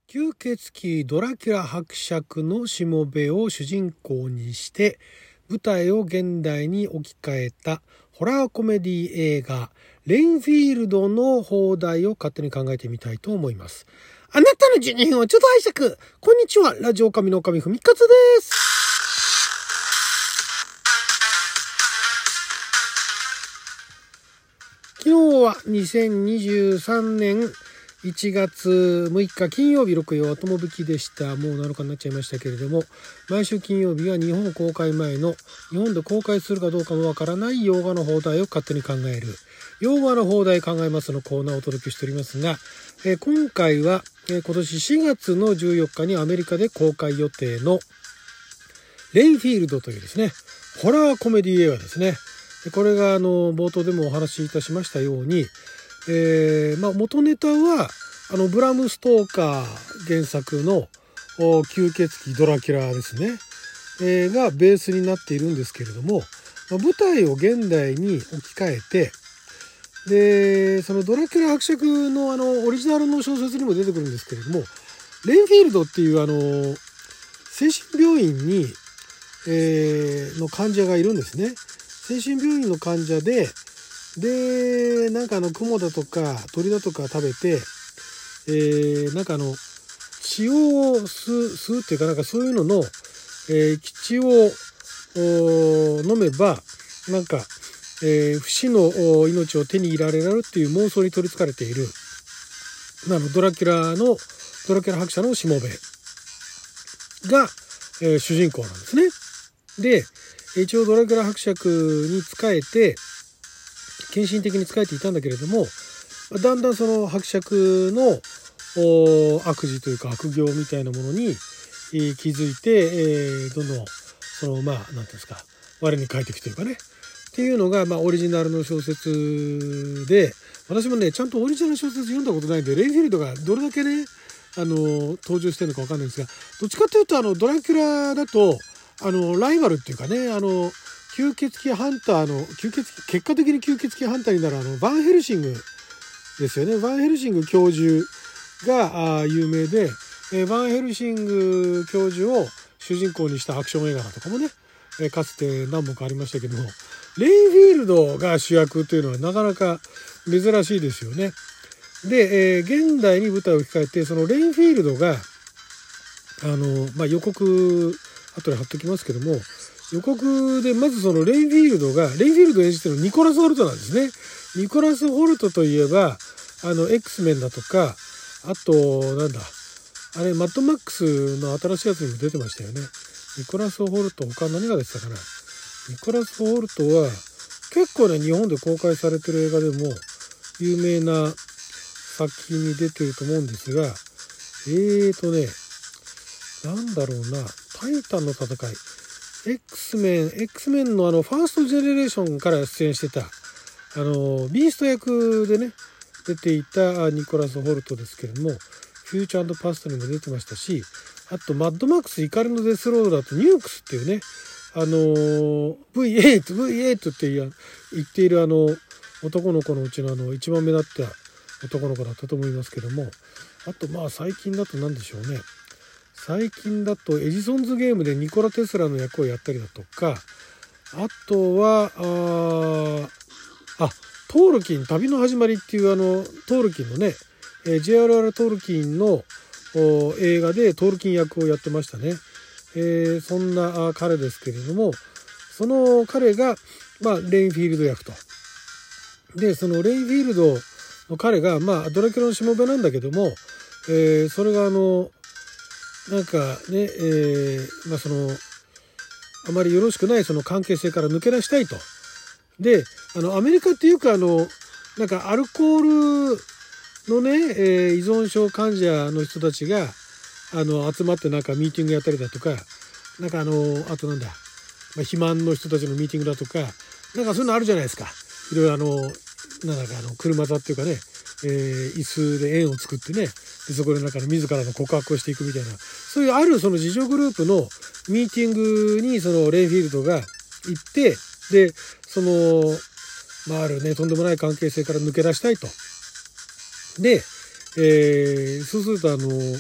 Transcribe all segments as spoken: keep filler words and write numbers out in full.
吸血鬼ドラキュラ伯爵のしもべを主人公にして舞台を現代に置き換えたホラーコメディ映画レインフィールドの放題を勝手に考えてみたいと思います。あなたのじゅうにふんをちょっと拝借。こんにちは、ラジオ神の神ふみかつです。昨日はにせんにじゅうさんねんいちがつむいか金曜日、録曜後も引きでした。もうなのかになっちゃいましたけれども、毎週金曜日は日本公開前の日本で公開するかどうかもわからない洋画の放題を勝手に考える洋画の放題考えますのコーナーをお届けしておりますが、えー、今回は、えー、今年しがつのじゅうよっかにアメリカで公開予定のレインフィールドというですね、ホラーコメディ映画ですね。これがあの冒頭でもお話しいたしましたように、えーまあ、元ネタはあのブラム・ストーカー原作の吸血鬼ドラキュラですね、えー、がベースになっているんですけれども、まあ、舞台を現代に置き換えて、でそのドラキュラ伯爵のあのオリジナルの小説にも出てくるんですけれども、レインフィールドっていうあの精神病院に、えー、の患者がいるんですね。精神病院の患者ででなんかあの雲だとか鳥だとか食べて、えー、なんかあの血を吸う、吸うっていうかなんかそういうのの、えー、血を飲めばなんか、えー、不死の命を手に入れられるっていう妄想に取りつかれている、まあ、あのドラキュラのドラキュラ伯爵のしもべが、えー、主人公なんですね。で一応ドラキュラ伯爵に仕えて献身的に仕えていたんだけれども、だんだんその伯爵の悪事というか悪行みたいなものに気づいて、えー、どんどんそのまあ何ていうんですか、我に返っていくというかねっていうのが、まあ、オリジナルの小説で、私もねちゃんとオリジナルの小説読んだことないんでレインフィールドがどれだけねあの登場してるのか分かんないんですが、どっちかというとあのドラキュラだとあのライバルっていうかね、あの吸血鬼ハンターの吸血鬼結果的に吸血鬼ハンターになるあのバンヘルシングですよね。バンヘルシング教授が有名で、えー、バンヘルシング教授を主人公にしたアクション映画とかもね、えー、かつて何本かありましたけども、レインフィールドが主役というのはなかなか珍しいですよね。で、えー、現代に舞台を控えて、そのレインフィールドがあの、まあ、予告後で貼っときますけども、予告でまずそのレインフィールドがレインフィールドを演じてるのニコラス・ホルトなんですね。ニコラス・ホルトといえばあの X メンだとか、あとなんだあれマッドマックスの新しいやつにも出てましたよね。ニコラス・ホルト他何が出てたかな。ニコラス・ホルトは結構ね日本で公開されてる映画でも有名な作品に出てると思うんですが、えーとねなんだろうな、タイタンの戦い、X メン X メンのあのファーストジェネレーションから出演してたあのビースト役でね出ていたニコラス・ホルトですけれども、フューチャー&パストにも出てましたし、あとマッドマックス怒りのデスロードだとニュークスっていうね、あの ブイエイト ブイエイト って言っているあの男の子のうちのあの一番目立った男の子だったと思いますけども、あとまあ最近だと何でしょうね、最近だとエジソンズゲームでニコラ・テスラの役をやったりだとか、あとはああトールキン旅の始まりっていうあのトールキンのね、えー、ジェイアールアール トールキンの映画でトールキン役をやってましたね。えー、そんな彼ですけれども、その彼が、まあ、レインフィールド役と。でそのレインフィールドの彼が、まあ、ドラキュラのしもべなんだけども、えー、それがあのなんかね、えー、まあそのあまりよろしくないその関係性から抜け出したいと。であのアメリカっていうかあのなんかアルコールのね、えー、依存症患者の人たちがあの集まってなんかミーティングやったりだとか、なんかあのあとなんだ、まあ、肥満の人たちのミーティングだとか、なんかそういうのあるじゃないですか。いろいろあのなんだかあの車座っていうかね、えー、椅子で円を作ってね、でそこでなんか自らの告白をしていくみたいな、そういうあるその自助グループのミーティングにそのレインフィールドが行って、でその、まあ、あるねとんでもない関係性から抜け出したいと。で、えー、そうするとあの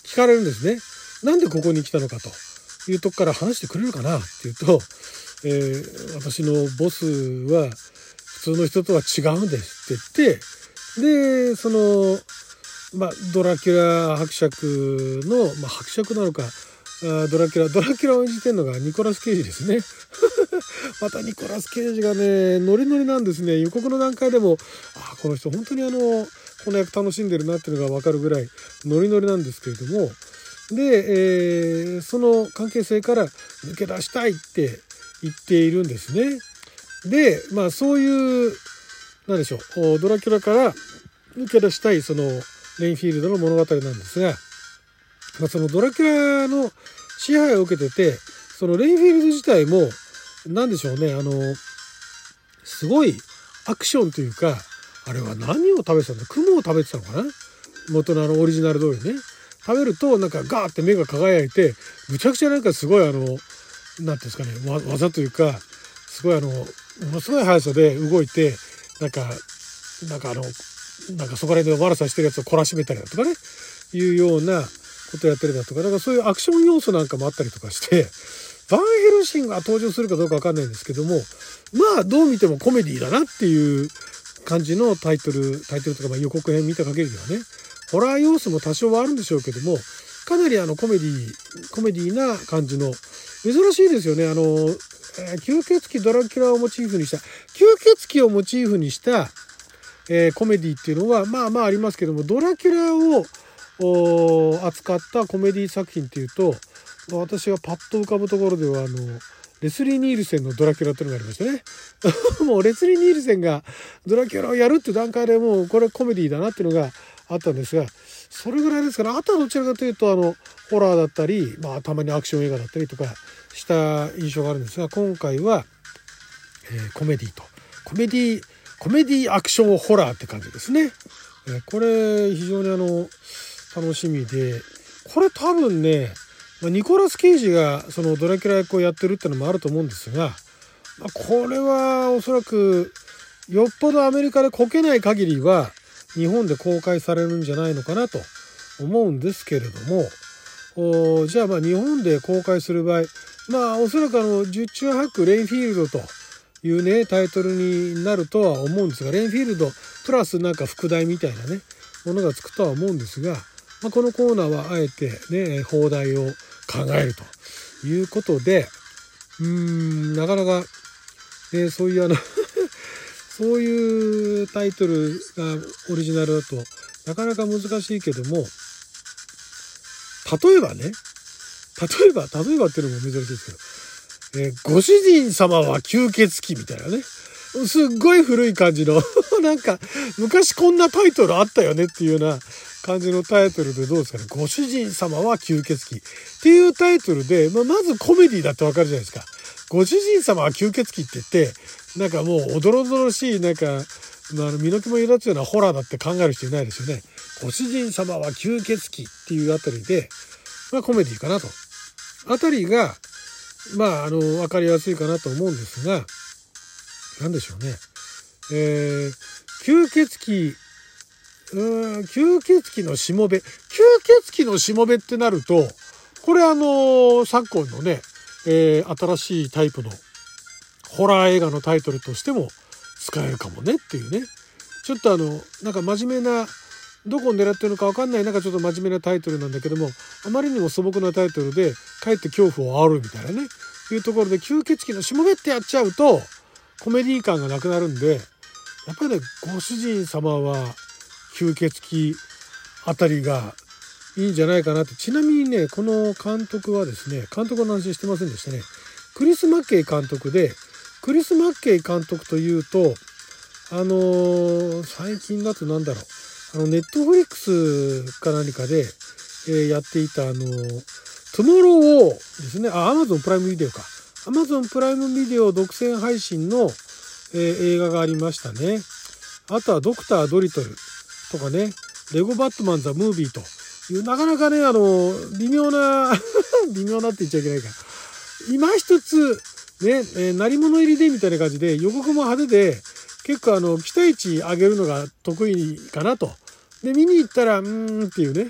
聞かれるんですね。なんでここに来たのかというとこから話してくれるかなっていうと、えー、私のボスは普通の人とは違うんですって言って、でその、まあ、ドラキュラ伯爵の、まあ、伯爵なのかドラキュラドラキュラを演じてるのがニコラス・ケイジですね。またニコラス・ケイジがねノリノリなんですね。予告の段階でもあこの人本当にあのこの役楽しんでるなっていうのが分かるぐらいノリノリなんですけれども、で、えー、その関係性から抜け出したいって言っているんですね。でまあそういうなんでしょうドラキュラから抜け出したいそのレインフィールドの物語なんですが、まあ、そのドラキュラの支配を受けててそのレインフィールド自体も何でしょうねあのすごいアクションというかあれは何を食べてたんだ雲を食べてたのかな元のあのオリジナル通りね食べるとなんかガーって目が輝いてむちゃくちゃなんかすごいあの何ていうんですかね技というかすごいあのものすごい速さで動いてなんかなんかあのなんかそこら辺で悪さしてるやつを懲らしめたりだとかねいうようなことやったりだとかだからそういうアクション要素なんかもあったりとかしてバンヘルシングが登場するかどうか分かんないんですけどもまあどう見てもコメディだなっていう感じのタイトルタイトルとかまあ予告編見た限りではねホラー要素も多少はあるんでしょうけどもかなりあのコメディコメディな感じの珍しいですよね。あの、えー、吸血鬼ドラキュラをモチーフにした吸血鬼をモチーフにした、えー、コメディっていうのはまあまあありますけどもドラキュラを扱ったコメディ作品っていうと私がパッと浮かぶところではあのレスリー・ニールセンのドラキュラっていうのがありましたね。もうレスリー・ニールセンがドラキュラをやるっていう段階でもうこれコメディだなっていうのがあったんですがそれぐらいですからあとはどちらかというとあのホラーだったり、まあ、たまにアクション映画だったりとかした印象があるんですが今回は、えー、コメディとコメディコメディアクションホラーって感じですね。えー、これ非常にあの楽しみでこれ多分ねニコラス・ケイジがそのドラキュラ役をやってるってのもあると思うんですがこれはおそらくよっぽどアメリカでこけない限りは日本で公開されるんじゃないのかなと思うんですけれどもじゃあまあ日本で公開する場合まあおそらくあの十中八九レインフィールドというねタイトルになるとは思うんですがレインフィールドプラスなんか副題みたいなねものがつくとは思うんですが、まあ、このコーナーはあえてね放題を考えるということでうーんなかなか、ね、そういうあのそういうタイトルがオリジナルだとなかなか難しいけども例えばね例えば例えばっていうのも珍しいですけど、えー、ご主人様は吸血鬼みたいなねすっごい古い感じのなんか昔こんなタイトルあったよねっていうような感じのタイトルでどうですかねご主人様は吸血鬼っていうタイトルで、まあ、まずコメディだってわかるじゃないですか。ご主人様は吸血鬼って言ってなんかもうおどろおどろしいなんか、まあ、身の毛もよだつようなホラーだって考える人いないですよね。ご主人様は吸血鬼っていうあたりで、まあ、コメディかなとあたりがまああの分かりやすいかなと思うんですがなんでしょうね、えー、吸血鬼うーん吸血鬼のしもべ吸血鬼のしもべってなるとこれあの昨今のね、えー、新しいタイプのホラー映画のタイトルとしても使えるかもねっていうねちょっとあのなんか真面目などこを狙ってるのか分かんないなんかちょっと真面目なタイトルなんだけどもあまりにも素朴なタイトルでかえって恐怖を煽るみたいなねいうところで吸血鬼のしもべってやっちゃうとコメディ感がなくなるんでやっぱりねご主人様は吸血鬼あたりがいいんじゃないかなって。ちなみにねこの監督はですね監督の話してませんでしたね。クリス・マッケイ監督でクリス・マッケイ監督というとあのー、最近だとなんだろうあのネットフリックスか何かで、えー、やっていたあのー、トゥモローウォーですね。あ、アマゾンプライムビデオか。アマゾンプライムビデオ独占配信の、えー、映画がありましたね。あとはドクタードリトルとかね、レゴバットマンザムービーというなかなかねあの微妙な微妙なって言っちゃいけないか。今一つね、えー、鳴り物入りでみたいな感じで予告も派手で結構あの期待値上げるのが得意かなと。で見に行ったらうーんっていうね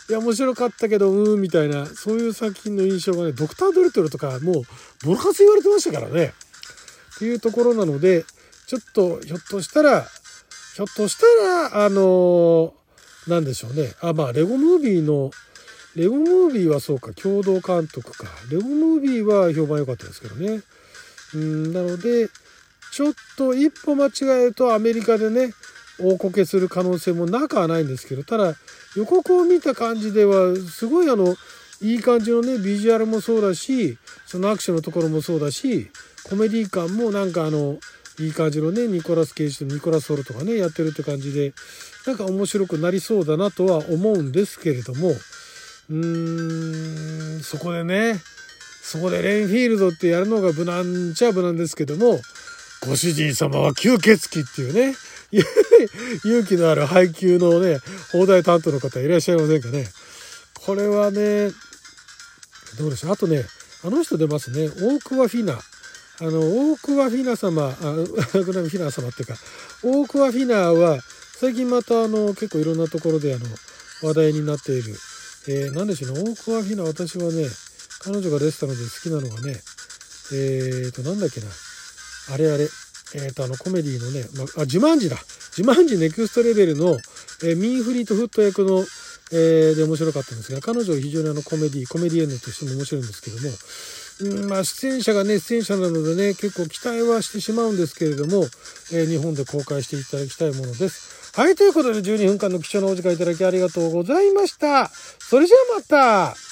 いや面白かったけどうーんみたいな、そういう作品の印象がね、ドクタードリトルとかもうボロカス言われてましたからねっていうところなので、ちょっとひょっとしたらひょっとしたらあのー、なんでしょうね、あまあレゴムービーのレゴムービーはそうか共同監督か、レゴムービーは評判良かったですけどね。うんなのでちょっと一歩間違えるとアメリカでね大こけする可能性もなくはないんですけど、ただ予告を見た感じではすごいあのいい感じのねビジュアルもそうだし、そのアクションのところもそうだし、コメディ感もなんかあのいい感じのねニコラス・ケイジとニコラス・ソルとかねやってるって感じで、なんか面白くなりそうだなとは思うんですけれども、うーんそこでねそこでレインフィールドってやるのが無難っちゃ無難ですけども、ご主人様は吸血鬼っていうね勇気のある配給のね放題担当の方いらっしゃいませんかね。これはねどうでしょう。あとねあの人出ますね、大桑フィナ、あの大桑フィナ様、あフィナ様っていうか大桑フィナは最近またあの結構いろんなところであの話題になっている、えー、なんでしょうね、大桑フィナ、私はね彼女が出てたので好きなのがね、えーとなんだっけな、あれあれえーとあのコメディのね、まあ、ジュマンジだジュマンジネクストレベルの、えー、ミーフリートフット役の、えー、で面白かったんですが、彼女は非常にあのコメディコメディエンヌとしても面白いんですけども、うんまあ出演者がね出演者なのでね結構期待はしてしまうんですけれども、えー、日本で公開していただきたいものです。はい、ということでじゅうにふんかんの貴重なお時間いただきありがとうございました。それじゃあまた。